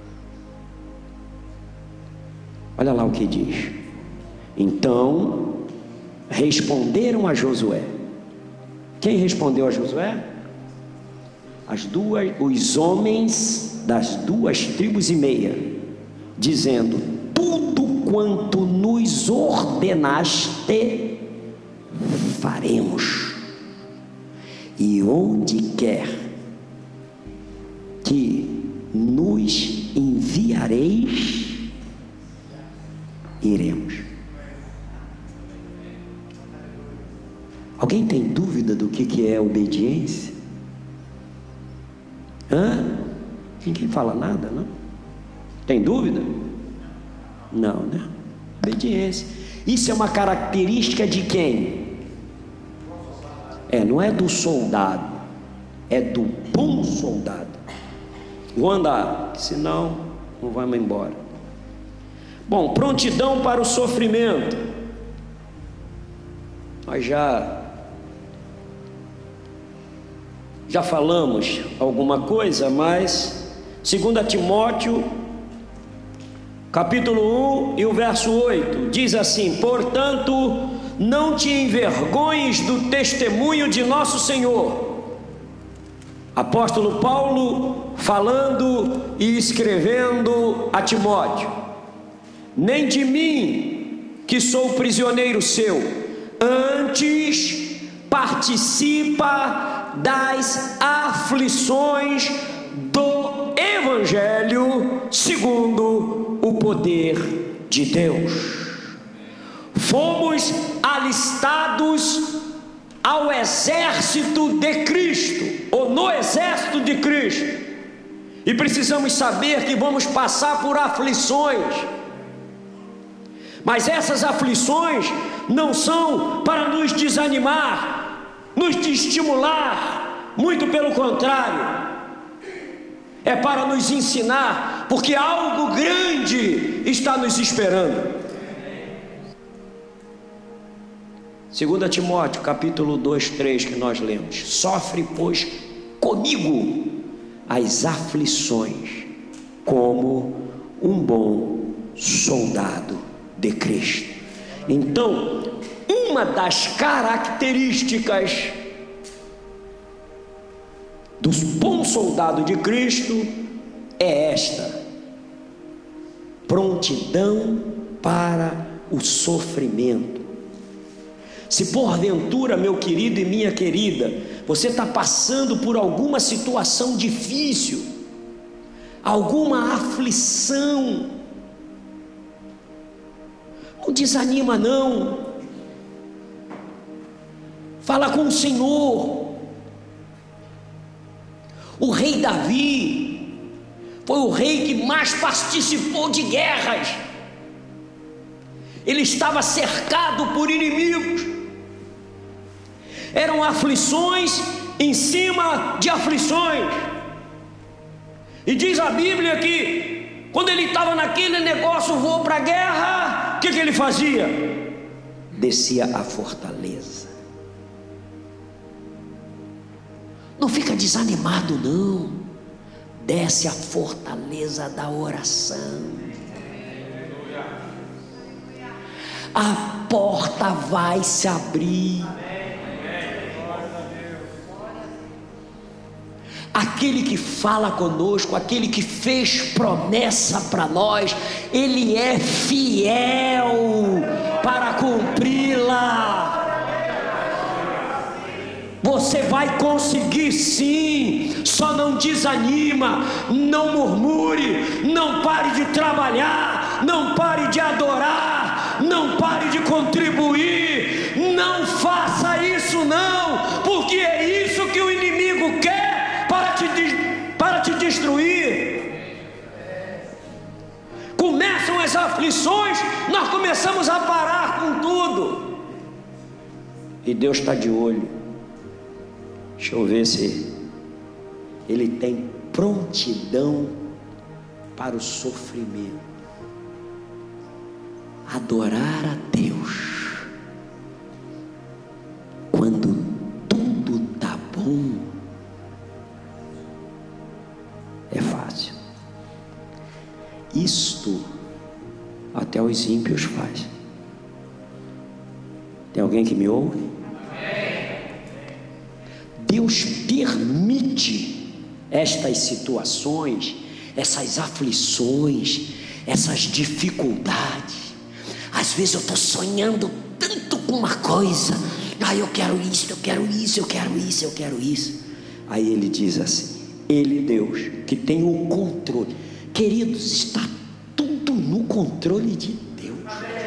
Olha lá o que diz. Então responderam a Josué. Quem respondeu a Josué? Os homens das 2 tribos e meia, dizendo: tudo quanto nos ordenaste faremos, e onde quer que nos enviareis, iremos. Alguém tem dúvida do que é obediência? Ninguém fala nada, não? Tem dúvida? Não, né? Obediência. Isso é uma característica de quem? Não é do soldado, é do bom soldado. Vou andar, senão não vamos embora. Bom, prontidão para o sofrimento. Nós já falamos alguma coisa, mas 2 Timóteo capítulo 1 e o verso 8 diz assim: portanto, não te envergonhes do testemunho de nosso Senhor. Apóstolo Paulo falando e escrevendo a Timóteo: nem de mim, que sou prisioneiro seu, antes participa das aflições do Evangelho segundo o poder de Deus. Fomos alistados ao exército de Cristo, ou no exército de Cristo, e precisamos saber que vamos passar por aflições, mas essas aflições não são para nos desanimar, nos estimular, muito pelo contrário, é para nos ensinar, porque algo grande está nos esperando. 2 Timóteo capítulo 2, 3 que nós lemos: sofre, pois, comigo as aflições, como um bom soldado de Cristo. Então, uma das características do bom soldado de Cristo é esta: prontidão para o sofrimento. Se porventura, meu querido e minha querida, você está passando por alguma situação difícil, alguma aflição, não desanima não, fala com o Senhor. O rei Davi foi o rei que mais participou de guerras. Ele estava cercado por inimigos, eram aflições em cima de aflições, e diz a Bíblia que quando ele estava naquele negócio, vou para a guerra, o que ele fazia? Descia a fortaleza. Não fica desanimado não, desce a fortaleza da oração, a porta vai se abrir. Aquele que fala conosco, aquele que fez promessa para nós, Ele é fiel. Você vai conseguir sim. Só não desanima, não murmure, não pare de trabalhar, não pare de adorar, não pare de contribuir. Não faça isso não, porque é isso que o inimigo quer para te destruir. Começam as aflições, nós começamos a parar com tudo. E Deus está de olho. Deixa eu ver se Ele tem prontidão para o sofrimento. Adorar a Deus quando tudo está bom é fácil. Isto até os ímpios faz. Tem alguém que me ouve? Deus permite estas situações, essas aflições, essas dificuldades. Às vezes eu estou sonhando tanto com uma coisa. Eu quero isso, eu quero isso, eu quero isso, eu quero isso. Aí Ele diz assim: Ele, Deus, que tem o controle. Queridos, está tudo no controle de Deus.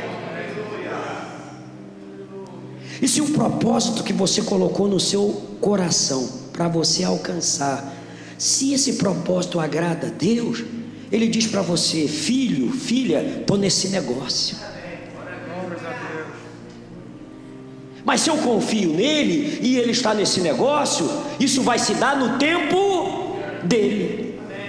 E se o propósito que você colocou no seu coração para você alcançar, se esse propósito agrada a Deus, Ele diz para você: filho, filha, estou nesse negócio. Mas se eu confio nele e ele está nesse negócio, isso vai se dar no tempo dele.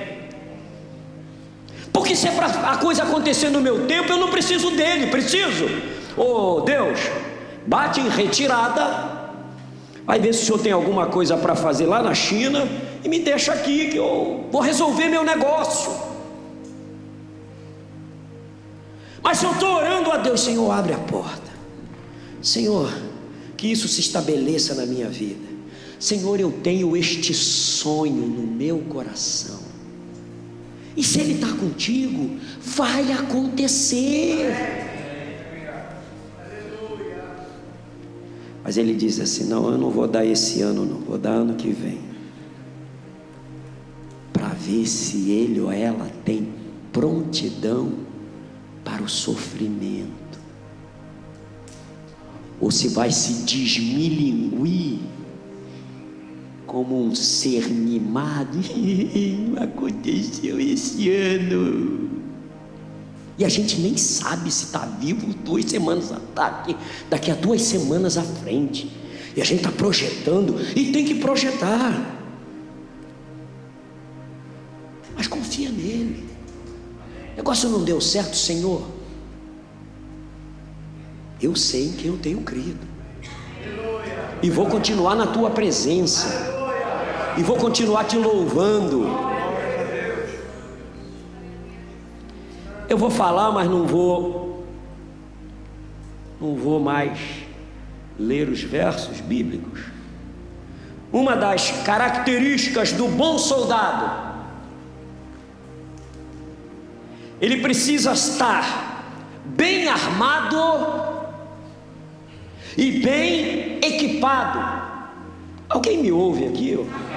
Porque se é para a coisa acontecer no meu tempo, eu não preciso dele, preciso. Deus, bate em retirada, vai ver se o senhor tem alguma coisa para fazer lá na China e me deixa aqui que eu vou resolver meu negócio. Mas se eu estou orando a Deus: Senhor, abre a porta. Senhor, que isso se estabeleça na minha vida. Senhor, eu tenho este sonho no meu coração. E se Ele está contigo, vai acontecer. Mas Ele diz assim: não, eu não vou dar esse ano, não, vou dar ano que vem. Para ver se ele ou ela tem prontidão para o sofrimento, ou se vai se desmilinguir como um ser mimado. Aconteceu esse ano e a gente nem sabe se está vivo 2 semanas daqui a 2 semanas à frente, e a gente está projetando, e tem que projetar, mas confia nele. O negócio não deu certo, Senhor, eu sei em quem eu tenho crido, e vou continuar na tua presença, e vou continuar te louvando. Eu vou falar, mas não vou mais ler os versos bíblicos. Uma das características do bom soldado, ele precisa estar bem armado e bem equipado. Alguém me ouve aqui?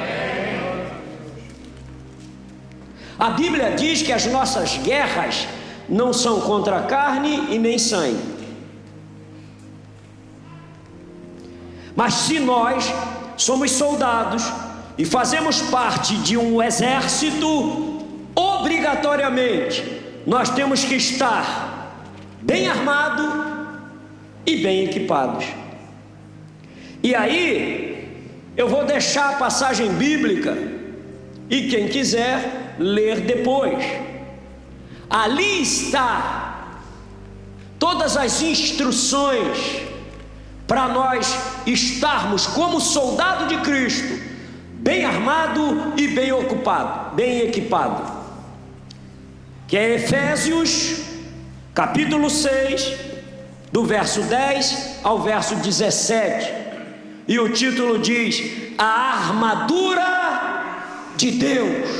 A Bíblia diz que as nossas guerras não são contra a carne e nem sangue, mas se nós somos soldados e fazemos parte de um exército, obrigatoriamente nós temos que estar bem armados e bem equipados. E aí eu vou deixar a passagem bíblica, e quem quiser ler depois. Ali está todas as instruções para nós estarmos como soldado de Cristo, bem armado e bem ocupado, bem equipado, que é Efésios capítulo 6, do verso 10 ao verso 17, e o título diz: a armadura de Deus.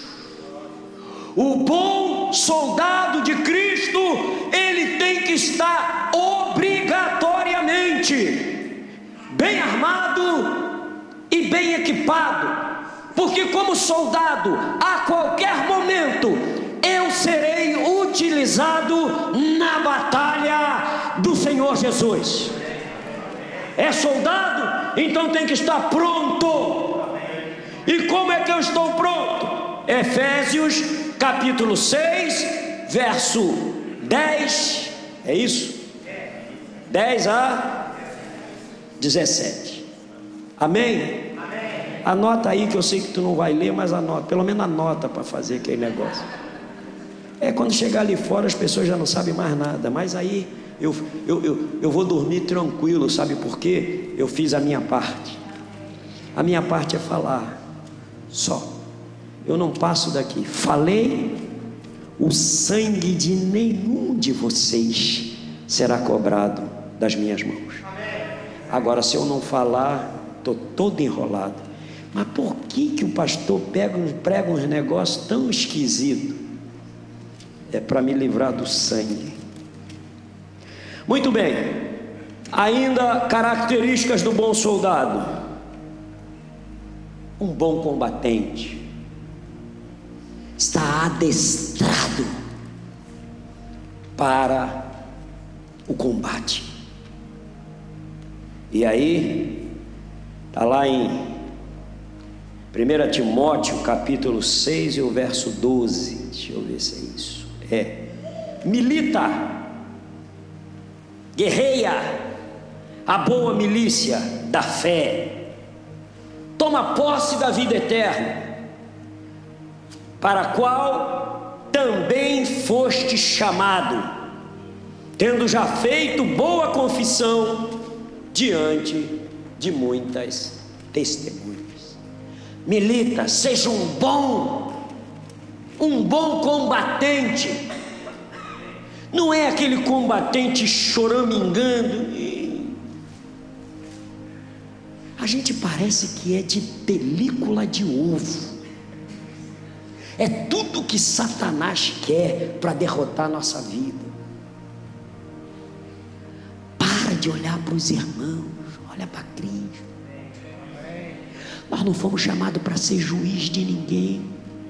O bom soldado de Cristo, ele tem que estar obrigatoriamente bem armado e bem equipado, porque como soldado, a qualquer momento, eu serei utilizado na batalha do Senhor Jesus. É soldado? Então tem que estar pronto. E como é que eu estou pronto? Efésios capítulo 6, verso 10, é isso? 10 a 17. Amém? Anota aí, que eu sei que tu não vai ler, mas anota, pelo menos anota para fazer aquele negócio. Quando chegar ali fora as pessoas já não sabem mais nada, mas aí eu vou dormir tranquilo, sabe por quê? Eu fiz a minha parte. A minha parte é falar só. Eu não passo daqui. Falei, o sangue de nenhum de vocês será cobrado das minhas mãos. Agora, se eu não falar, estou todo enrolado. Mas por que o pastor prega uns negócios tão esquisitos? É para me livrar do sangue. Muito bem. Ainda características do bom soldado. Um bom combatente está adestrado para o combate. E aí está lá em 1 Timóteo capítulo 6 e o verso 12. Deixa eu ver se é isso. Milita, guerreia a boa milícia da fé, toma posse da vida eterna, para a qual também foste chamado, tendo já feito boa confissão diante de muitas testemunhas. Milita, seja um bom combatente. Não é aquele combatente choramingando. A gente parece que é de película de ovo. É tudo que Satanás quer para derrotar a nossa vida. Para de olhar para os irmãos, olha para Cristo. Nós não fomos chamados para ser juiz de ninguém.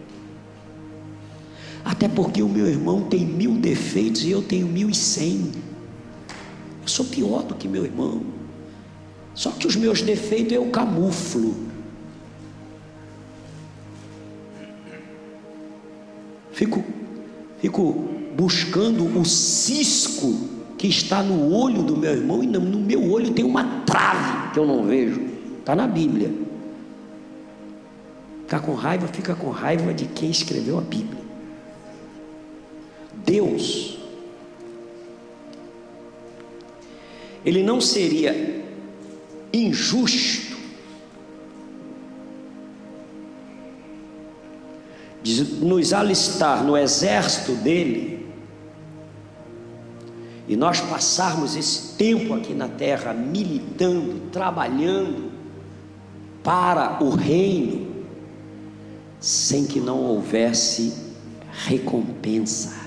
Até porque o meu irmão tem 1000 defeitos e eu tenho 1100. Eu sou pior do que meu irmão. Só que os meus defeitos eu camuflo. Fico buscando o cisco que está no olho do meu irmão, e no meu olho tem uma trave que eu não vejo. Está na Bíblia. Fica com raiva de quem escreveu a Bíblia. Deus, Ele não seria injusto de nos alistar no exército dele e nós passarmos esse tempo aqui na terra militando, trabalhando para o reino, sem que não houvesse recompensa.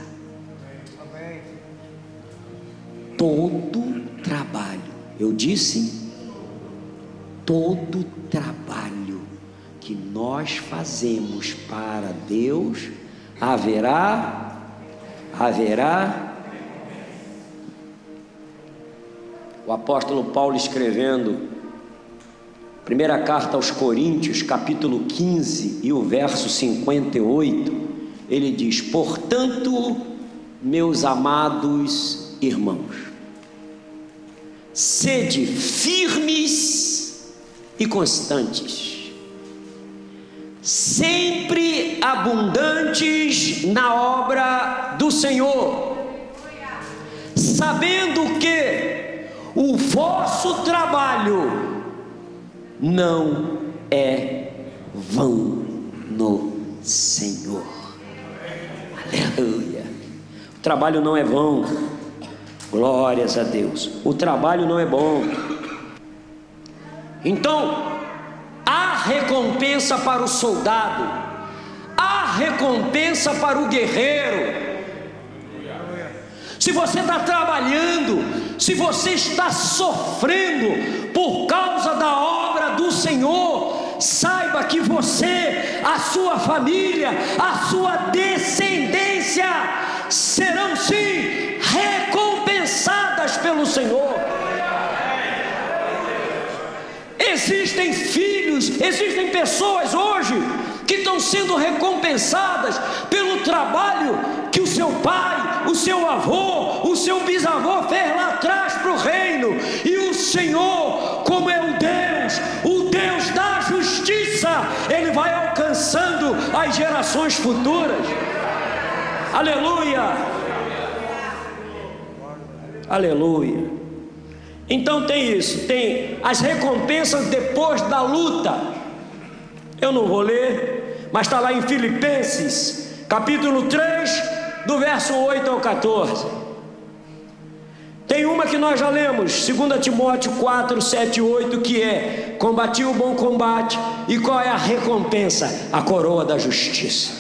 Todo trabalho, eu disse, todo trabalho que nós fazemos para Deus, haverá. O apóstolo Paulo, escrevendo primeira carta aos Coríntios, capítulo 15 e o verso 58, ele diz: portanto, meus amados irmãos, sede firmes e constantes, sempre abundantes na obra do Senhor, sabendo que o vosso trabalho não é vão no Senhor. Aleluia. O trabalho não é vão. Glórias a Deus. O trabalho não é bom. Então, há recompensa para o soldado, há recompensa para o guerreiro. Se você está trabalhando, se você está sofrendo por causa da obra do Senhor, saiba que você, a sua família, a sua descendência serão sim recompensadas pelo Senhor. Existem filhos, existem pessoas hoje que estão sendo recompensadas pelo trabalho que o seu pai, o seu avô, o seu bisavô fez lá atrás para o reino. E o Senhor, como é o Deus da justiça, Ele vai alcançando as gerações futuras. Aleluia! Aleluia! Então tem isso, tem as recompensas depois da luta. Eu não vou ler, mas está lá em Filipenses, capítulo 3, do verso 8 ao 14. Tem uma que nós já lemos, 2 Timóteo 4, 7 e 8, que é: combati o bom combate. E qual é a recompensa? A coroa da justiça.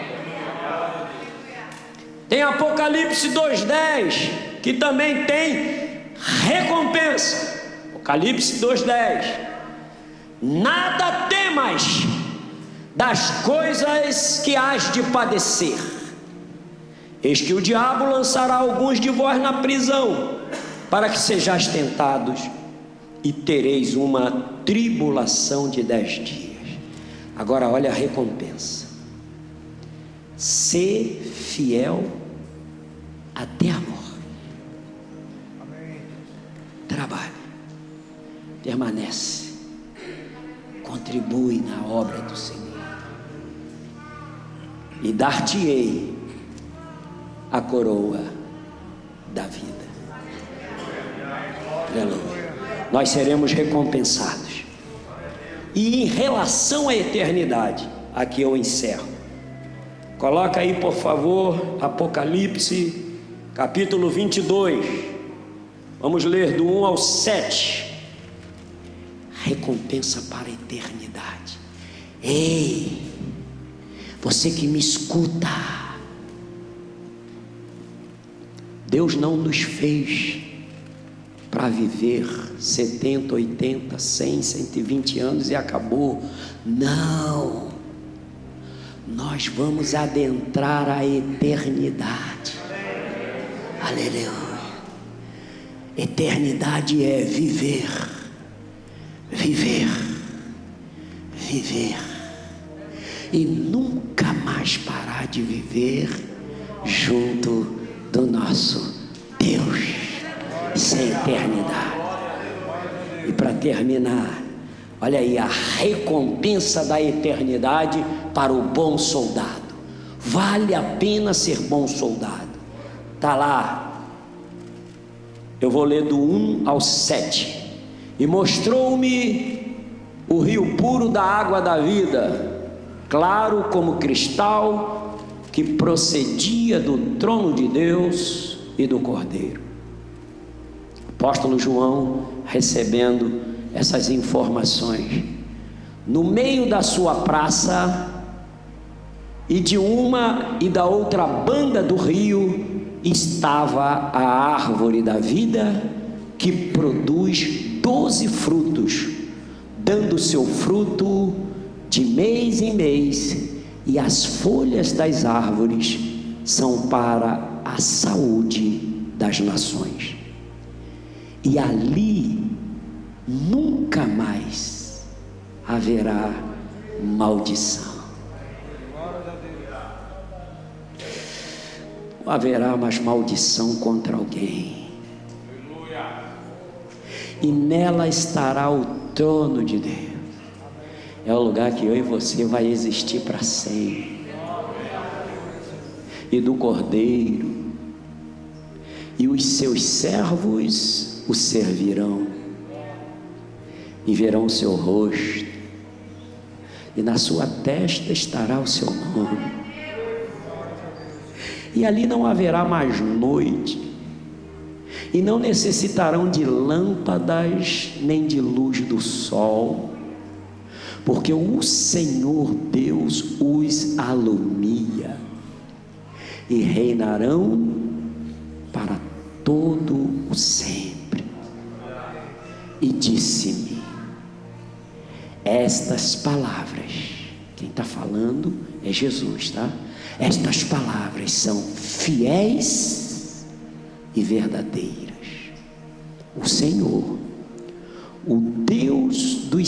Tem Apocalipse 2:10, que também tem recompensa. Apocalipse 2:10: nada temas das coisas que hás de padecer. Eis que o diabo lançará alguns de vós na prisão, para que sejais tentados, e tereis uma tribulação de 10 dias. Agora olha a recompensa: ser fiel até a morte. Trabalhe, permanece, contribui na obra do Senhor, e dar-te-ei a coroa da vida. Aleluia. Nós seremos recompensados. E em relação à eternidade, aqui eu encerro. Coloca aí, por favor, Apocalipse capítulo 22. Vamos ler do 1 ao 7. Recompensa para a eternidade. Ei, você que me escuta, Deus não nos fez para viver 70, 80, 100, 120 anos e acabou. Não, nós vamos adentrar a eternidade. Aleluia. Eternidade é viver, viver, viver, e nunca mais parar de viver junto do nosso Deus. Isso é eternidade. E para terminar, olha aí a recompensa da eternidade para o bom soldado. Vale a pena ser bom soldado. Está lá, eu vou ler do 1 ao 7. E mostrou-me o rio puro da água da vida, claro como cristal, que procedia do trono de Deus e do Cordeiro. Apóstolo João recebendo essas informações. No meio da sua praça, e de uma e da outra banda do rio, estava a árvore da vida, que produz 12 frutos, dando seu fruto de mês em mês, e as folhas das árvores são para a saúde das nações. E ali nunca mais haverá maldição. Não haverá mais maldição contra alguém. E nela estará o trono de Deus. É o lugar que eu e você vai existir para sempre. E do Cordeiro. E os seus servos o servirão. E verão o seu rosto. E na sua testa estará o seu nome. E ali não haverá mais noite. E não necessitarão de lâmpadas, nem de luz do sol, porque o Senhor Deus os alumia, e reinarão para todo o sempre. E disse-me: Estas palavras, quem está falando é Jesus, tá? Estas palavras são fiéis e verdadeiras. O Senhor, o Deus dos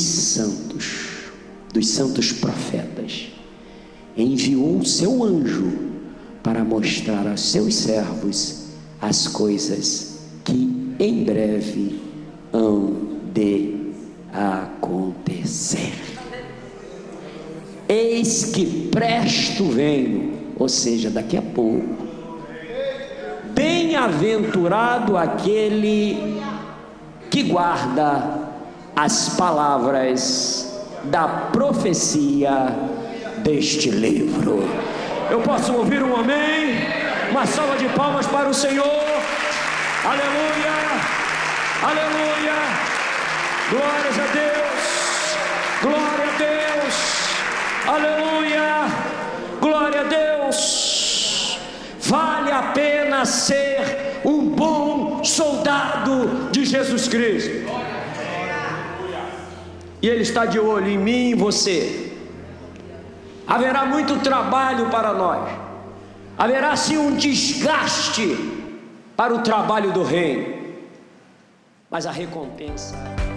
santos profetas, enviou o seu anjo para mostrar aos seus servos as coisas que em breve hão de acontecer. Eis que presto venho, ou seja, daqui a pouco. Bem-aventurado aquele que guarda as palavras da profecia deste livro. Eu posso ouvir um amém? Uma salva de palmas para o Senhor. Aleluia, aleluia, glórias a Deus, glória a Deus, aleluia, glória a Deus. Vale a pena ser um bom soldado de Jesus Cristo. E Ele está de olho em mim e em você. Haverá muito trabalho para nós. Haverá sim um desgaste para o trabalho do reino. Mas a recompensa